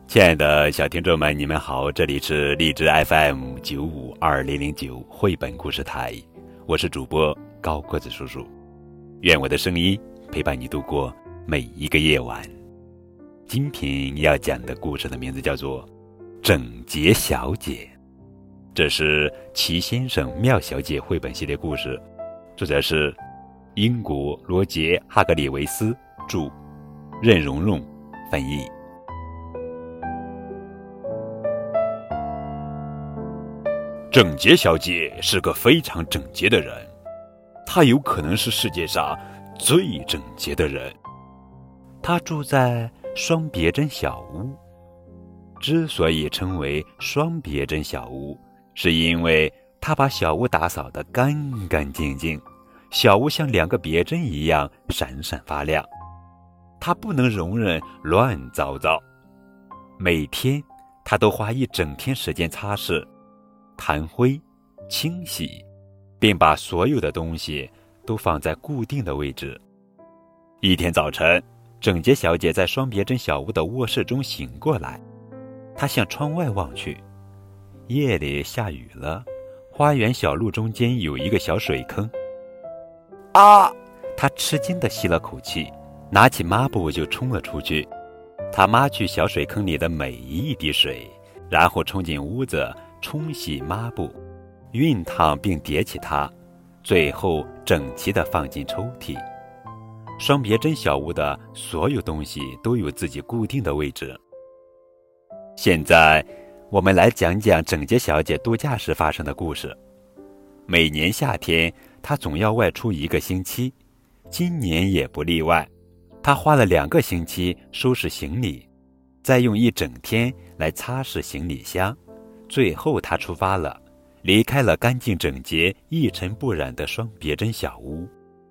亲爱的小听众们，你们好，这里是荔枝 FM95209绘本故事台，我是主播高个子叔叔，愿我的声音陪伴你度过每一个夜晚。今天要讲的故事的名字叫做整洁小姐，这是齐先生妙小姐绘本系列故事，作者是英国罗杰·哈格里维斯著，任蓉蓉翻译。整洁小姐是个非常整洁的人，她有可能是世界上最整洁的人。她住在双别针小屋，之所以称为双别针小屋，是因为她把小屋打扫得干干净净，小屋像两个别针一样闪闪发亮。她不能容忍乱糟糟，每天她都花一整天时间擦拭、弹灰、清洗，并把所有的东西都放在固定的位置。一天早晨，整洁小姐在双别针小屋的卧室中醒过来，她向窗外望去，夜里下雨了，花园小路中间有一个小水坑。啊！她吃惊地吸了口气，拿起抹布就冲了出去。她抹去小水坑里的每一滴水，然后冲进屋子冲洗抹布，熨烫并叠起它，最后整齐地放进抽屉。双别针小屋的所有东西都有自己固定的位置。现在我们来讲讲整洁小姐度假时发生的故事。每年夏天她总要外出1个星期，今年也不例外。她花了2个星期收拾行李，再用1整天来擦拭行李箱，最后她出发了，离开了干净整洁、一尘不染的双别针小屋。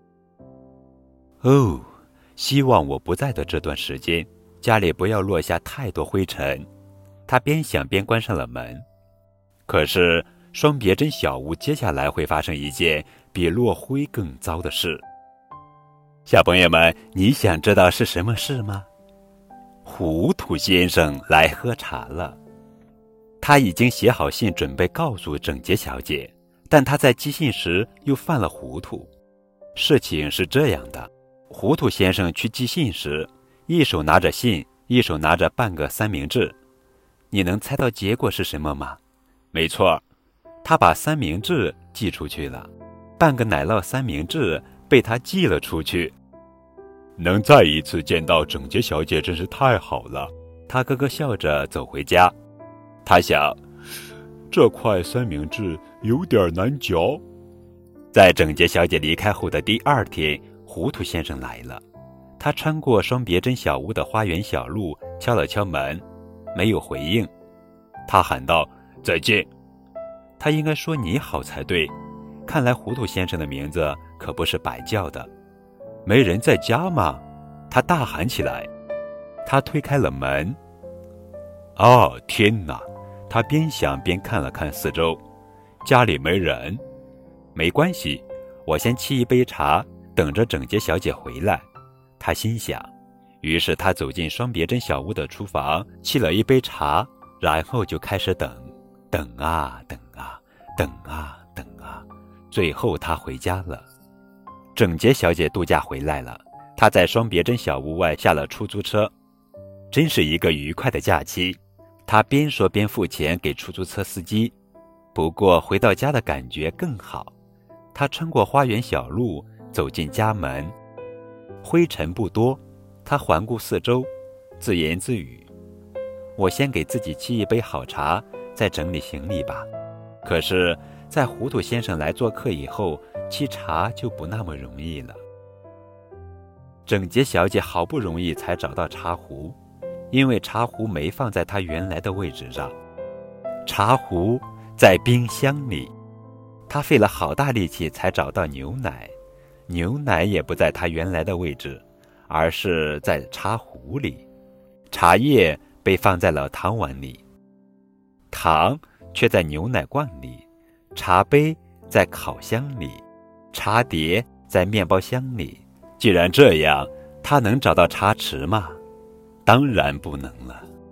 哦，希望我不在的这段时间，家里不要落下太多灰尘。她边想边关上了门。可是双别针小屋接下来会发生一件比落灰更糟的事。小朋友们，你想知道是什么事吗？糊涂先生来喝茶了。他已经写好信准备告诉整洁小姐，但他在寄信时又犯了糊涂。事情是这样的，糊涂先生去寄信时，一手拿着信，一手拿着半个三明治。你能猜到结果是什么吗？没错，他把三明治寄出去了，半个奶酪三明治被他寄了出去。能再一次见到整洁小姐真是太好了，他咯咯笑着走回家。他想，这块三明治有点难嚼。在整洁小姐离开后的第2天，糊涂先生来了。他穿过双别针小屋的花园小路，敲了敲门，没有回应。他喊道：再见。他应该说你好才对，看来糊涂先生的名字可不是白叫的。没人在家吗？他大喊起来。他推开了门。哦，天哪！他边想边看了看四周，家里没人。没关系，我先沏一杯茶，等着整洁小姐回来。他心想。于是他走进双别针小屋的厨房，沏了一杯茶，然后就开始等，等啊等啊，等啊等啊，最后他回家了。整洁小姐度假回来了，她在双别针小屋外下了出租车。真是一个愉快的假期。她边说边付钱给出租车司机。不过回到家的感觉更好。她穿过花园小路，走进家门。灰尘不多，她环顾四周，自言自语：我先给自己沏一杯好茶，再整理行李吧。可是在糊涂先生来做客以后，沏茶就不那么容易了。整洁小姐好不容易才找到茶壶，因为茶壶没放在她原来的位置上，茶壶在冰箱里。她费了好大力气才找到牛奶，牛奶也不在她原来的位置，而是在茶壶里。茶叶被放在了糖碗里，糖却在牛奶罐里，茶杯在烤箱里，茶碟在面包箱里。既然这样，他能找到茶匙吗？当然不能了。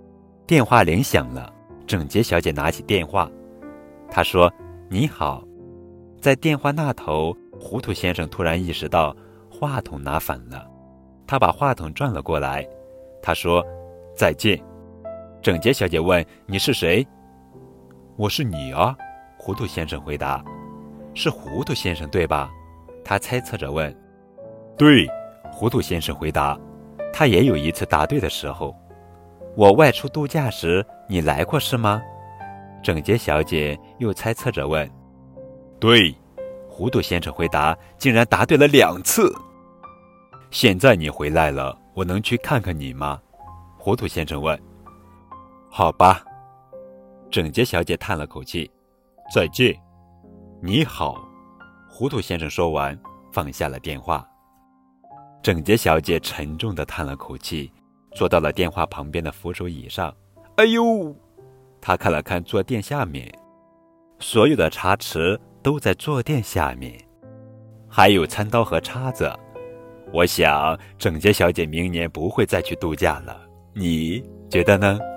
电话铃响了，整洁小姐拿起电话，她说：“你好。”在电话那头，糊涂先生突然意识到话筒拿反了，他把话筒转了过来，他说：“再见。”整洁小姐问：“你是谁？”“我是你啊。”糊涂先生回答。“是糊涂先生对吧？”他猜测着问。“对。”糊涂先生回答。他也有一次答对的时候。“我外出度假时你来过是吗？”整洁小姐又猜测着问。“对。”糊涂先生回答，竟然答对了2次。“现在你回来了，我能去看看你吗？”糊涂先生问。“好吧。”整洁小姐叹了口气，“再见。”“你好。”糊涂先生说完，放下了电话。整洁小姐沉重地叹了口气，坐到了电话旁边的扶手椅上。“哎呦！”她看了看坐垫下面，所有的茶匙都在坐垫下面，还有餐刀和叉子。我想整洁小姐明年不会再去度假了，你觉得呢？